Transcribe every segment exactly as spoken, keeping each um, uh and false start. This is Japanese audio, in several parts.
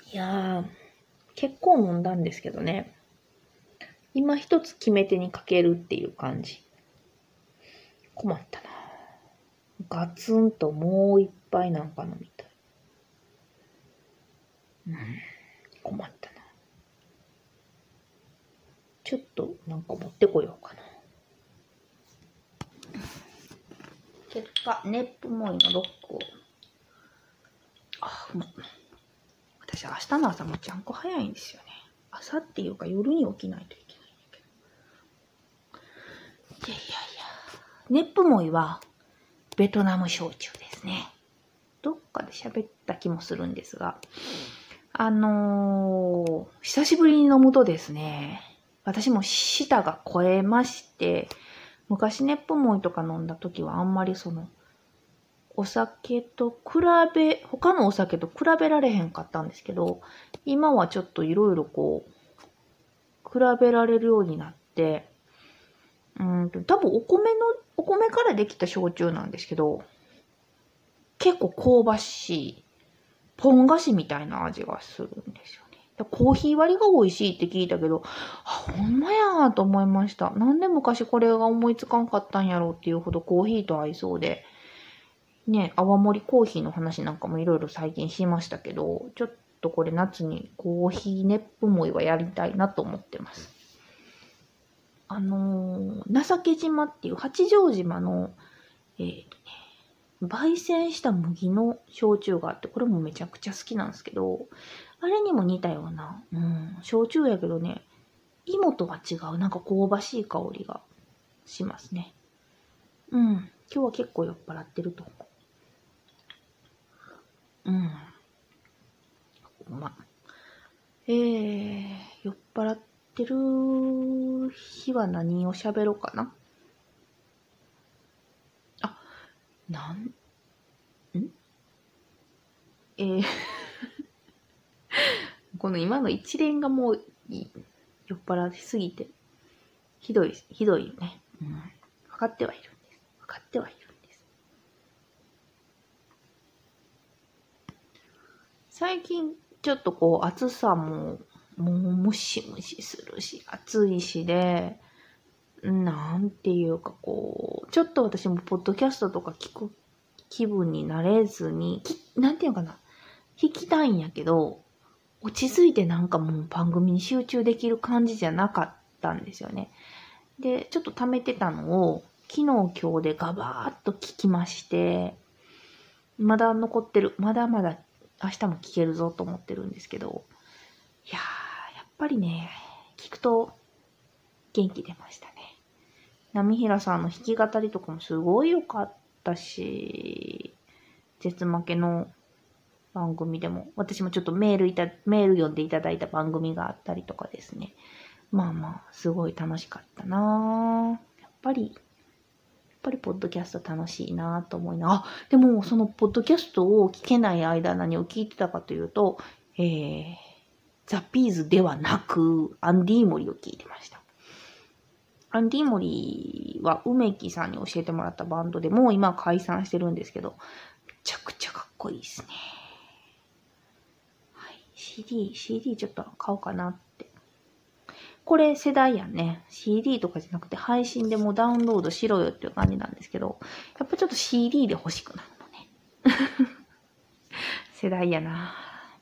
いやー、結構飲んだんですけどね。今一つ決め手にかけるっていう感じ。困ったな。ガツンともう一杯なんか飲みたい。うん、困ったな。ちょっとなんか持ってこようかな。結果、ネップモイのロックを。あ、うまい。私明日の朝もちゃんこ早いんですよね。朝っていうか夜に起きないといけないんだけど。いやいやいや。ネップモイはベトナム焼酎ですね。どっかで喋った気もするんですが。あのー、久しぶりに飲むとですね、私も舌が超えまして、昔ネップモイとか飲んだ時はあんまりその、お酒と比べ、他のお酒と比べられへんかったんですけど、今はちょっといろいろこう、比べられるようになって、うんと、多分お米の、お米からできた焼酎なんですけど、結構香ばしい、ポン菓子みたいな味がするんですよね。コーヒー割りが美味しいって聞いたけど、あ、ほんまやーと思いました。なんで昔これが思いつかんかったんやろうっていうほどコーヒーと合いそうで、ね、泡盛コーヒーの話なんかもいろいろ最近しましたけど、ちょっとこれ夏にコーヒーネップモイはやりたいなと思ってます。あのー、情け島っていう八丈島の、えーとね、焙煎した麦の焼酎があって、これもめちゃくちゃ好きなんですけど、あれにも似たような、うん、焼酎やけどね、芋とは違う、なんか香ばしい香りがしますね。うん、今日は結構酔っ払ってると思う。うん。まあ、えー、酔っ払ってる日は何を喋ろうかな。あ、なん、んえー、この今の一連がもういい酔っ払いすぎて、ひどい、ひどいよね。うん。分かってはいるんです。分かってはいるんです。最近、ちょっとこう、暑さも、もうムシムシするし、暑いしで、なんていうかこう、ちょっと私もポッドキャストとか聞く気分になれずに、なんていうかな、弾きたいんやけど、落ち着いてなんかもう番組に集中できる感じじゃなかったんですよね。で、ちょっと溜めてたのを、昨日今日でガバーッと聞きまして、まだ残ってる、まだまだ明日も聞けるぞと思ってるんですけど、いやー、やっぱりね、聞くと元気出ましたね。波平さんの弾き語りとかもすごい良かったし、絶負けの番組でも、私もちょっとメールいた、メール読んでいただいた番組があったりとかですね。まあまあ、すごい楽しかったなぁ。やっぱり、やっぱりポッドキャスト楽しいなぁと思いな。あ、でもそのポッドキャストを聞けない間何を聞いてたかというと、えー、ザ・ピーズではなく、アンディーモリを聞いてました。アンディモリは梅木さんに教えてもらったバンドでもう今解散してるんですけど、めちゃくちゃかっこいいですね。はい。シーディー、シーディー ちょっと買おうかなって。これ世代やんね。シーディー とかじゃなくて配信でもダウンロードしろよっていう感じなんですけど、やっぱちょっと シーディー で欲しくなるのね。世代やな。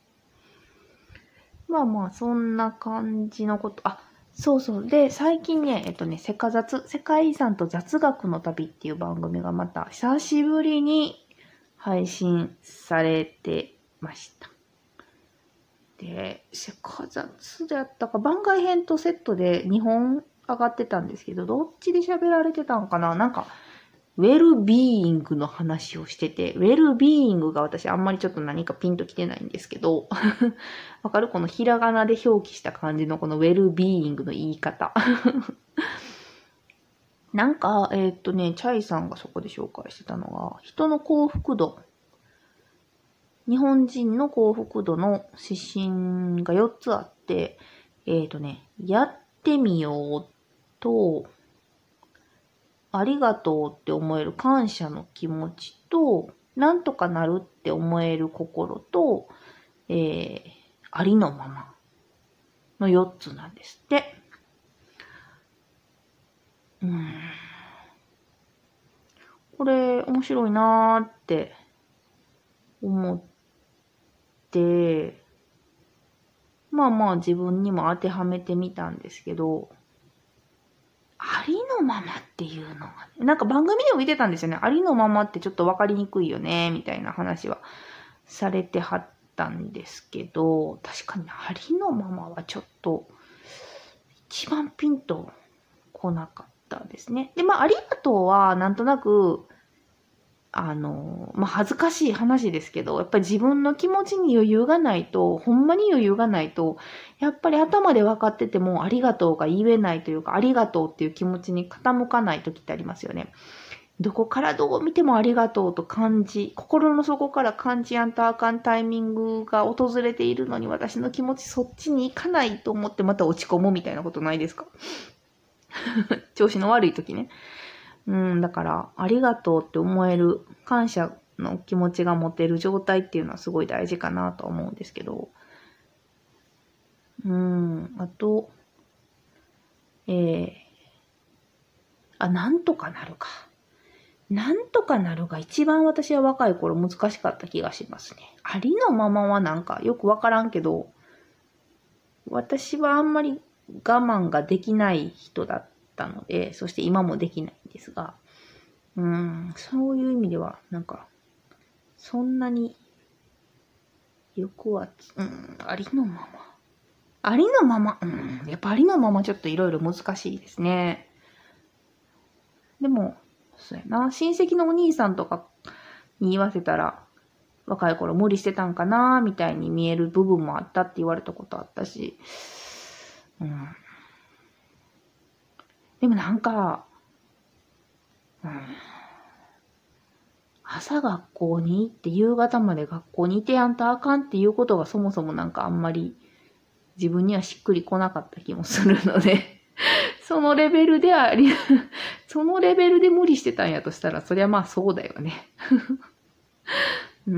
まあまあ、そんな感じのこと。あ、そうそう。で、最近ね、えっとね、世界雑、世界遺産と雑学の旅っていう番組がまた久しぶりに配信されてました。で、世界雑であったか、番外編とセットでにほん上がってたんですけど、どっちで喋られてたんかな。なんか、ウェルビーイングの話をしてて、ウェルビーイングが私あんまりちょっと何かピンときてないんですけど、わかる？このひらがなで表記した感じのこのウェルビーイングの言い方。なんか、えー、っとね、チャイさんがそこで紹介してたのが、人の幸福度。日本人の幸福度の指針がよっつあって、えー、っとね、やってみようと、ありがとうって思える感謝の気持ちと、なんとかなるって思える心と、えー、 ありのままのよっつなんですって。うーん。これ面白いなーって思って、まあまあ自分にも当てはめてみたんですけど、ありのままっていうのが、ね、なんか番組でも見てたんですよね。ありのままってちょっとわかりにくいよね、みたいな話はされてはったんですけど、確かにありのままはちょっと一番ピンと来なかったですね。で、まあありがとうはなんとなく、あの、まあ、恥ずかしい話ですけど、やっぱり自分の気持ちに余裕がないと、ほんまに余裕がないと、やっぱり頭で分かっててもありがとうが言えないというか、ありがとうっていう気持ちに傾かない時ってありますよね。どこからどう見てもありがとうと感じ、心の底から感じやんとあかんタイミングが訪れているのに、私の気持ちそっちに行かないと思ってまた落ち込むみたいなことないですか？調子の悪い時ね。うん、だから、ありがとうって思える、感謝の気持ちが持てる状態っていうのはすごい大事かなと思うんですけど。うん、あと、えー、あ、なんとかなるか。なんとかなるが一番私は若い頃難しかった気がしますね。ありのままはなんかよくわからんけど、私はあんまり我慢ができない人だったので、そして今もできないんですが、うん、そういう意味では、なんか、そんなによくは、うん、ありのまま。ありのまま、うん、やっぱありのままちょっといろいろ難しいですね。でも、そうやな、親戚のお兄さんとかに言わせたら、若い頃無理してたんかな、みたいに見える部分もあったって言われたことあったし、うん。でもなんか、うん、朝学校に行って夕方まで学校にいてやんとあかんっていうことがそもそもなんかあんまり自分にはしっくりこなかった気もするので、そのレベルであり、そのレベルで無理してたんやとしたら、そりゃまあそうだよね。うん。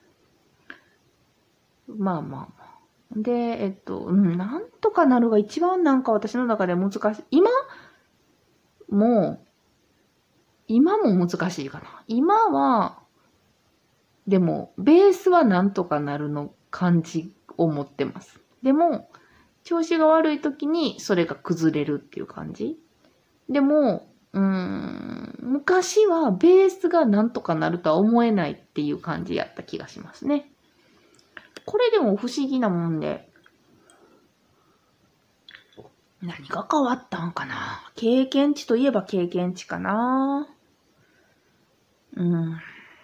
まあまあまあ。で、えっと、うん、なんとかなるが一番なんか私の中で難しい。今も、今も難しいかな。今は、でも、ベースはなんとかなるの感じを持ってます。でも、調子が悪い時にそれが崩れるっていう感じ。でも、うーん、昔はベースがなんとかなるとは思えないっていう感じやった気がしますね。これでも不思議なもんで、何が変わったんかな。経験値といえば経験値かな。うん。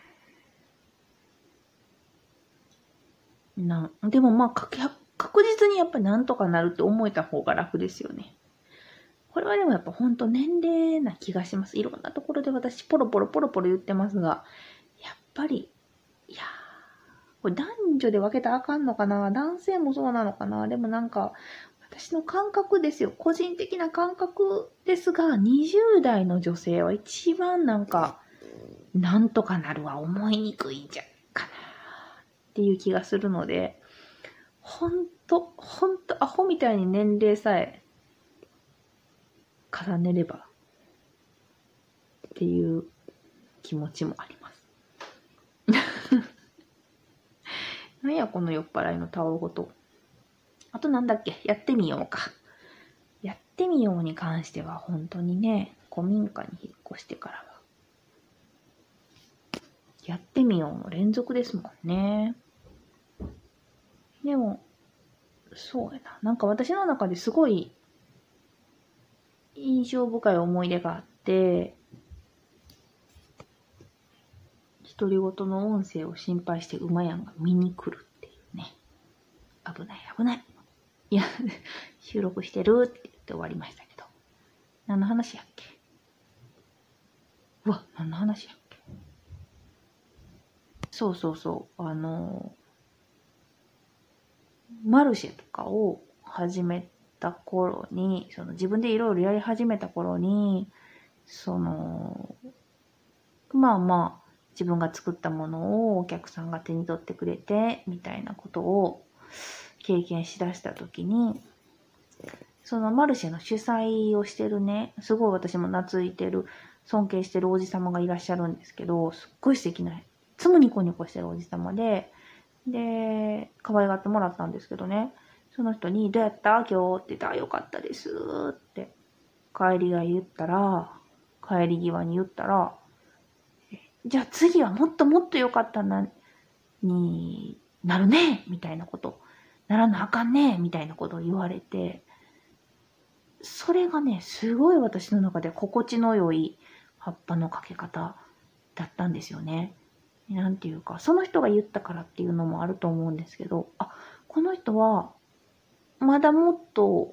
なでもまあ確実にやっぱりなんとかなるって思えた方が楽ですよね。これはでもやっぱほんと年齢な気がします。いろんなところで私ポロポロポロポロ言ってますが、やっぱり、いやー、これ男女で分けたらあかんのかな、男性もそうなのかな。でもなんか、私の感覚ですよ。個人的な感覚ですが、にじゅう代の女性は一番なんか、なんとかなるは思いにくいんじゃないかなっていう気がするので、ほんと、ほんとアホみたいに年齢さえ重ねればっていう気持ちもあります。なんやこの酔っ払いのたわごと。あとなんだっけ、やってみようか。やってみように関しては本当にね、古民家に引っ越してからは、やってみようの連続ですもんね。でも、そうやな。なんか私の中ですごい印象深い思い出があって、独り言の音声を心配して馬やんが見に来るっていうね。危ない危ない。いや、収録してるって言って終わりましたけど。何の話やっけ？うわ、何の話やっけ？そうそうそう。あの、マルシェとかを始めた頃に、その自分でいろいろやり始めた頃に、その、まあまあ、自分が作ったものをお客さんが手に取ってくれて、みたいなことを経験しだした時に、そのマルシェの主催をしてるね、すごい私も懐いてる、尊敬してるおじさまがいらっしゃるんですけど、すっごい素敵な、いつもニコニコしてるおじさまで、で、可愛がってもらったんですけどね、その人に、どうやった今日って言ったら、よかったですって、帰りが言ったら、帰り際に言ったら、じゃあ次はもっともっと良かったな、になるねみたいなこと、ならなあかんねみたいなことを言われて、それがね、すごい私の中で心地の良い葉っぱのかけ方だったんですよね。なんていうか、その人が言ったからっていうのもあると思うんですけど、あ、この人は、まだもっと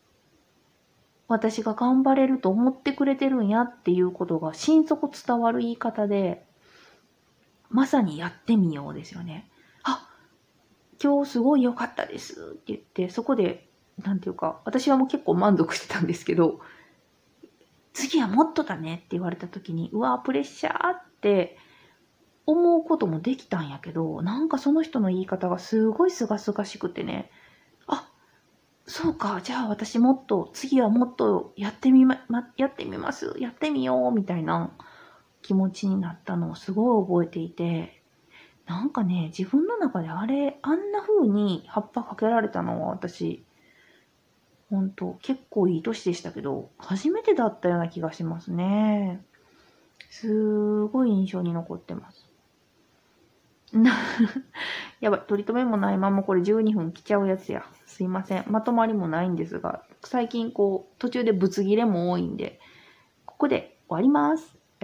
私が頑張れると思ってくれてるんやっていうことが心底伝わる言い方で、まさにやってみようですよね。あ、今日すごい良かったですって言って、そこで、なんていうか、私はもう結構満足してたんですけど、次はもっとだねって言われた時に、うわ、プレッシャーって思うこともできたんやけど、なんかその人の言い方がすごいすがすがしくてね、あ、そうか、じゃあ私もっと、次はもっとやってみま、ま、やってみます、やってみよう、みたいな気持ちになったのをすごい覚えていて、なんかね、自分の中であれ、あんな風に葉っぱかけられたのは私、ほんと、結構いい年でしたけど、初めてだったような気がしますね。すごい印象に残ってます。なやばい、取り留めもないままこれじゅうにふん来ちゃうやつや。すいません。まとまりもないんですが、最近こう、途中でブツ切れも多いんで、ここで終わります。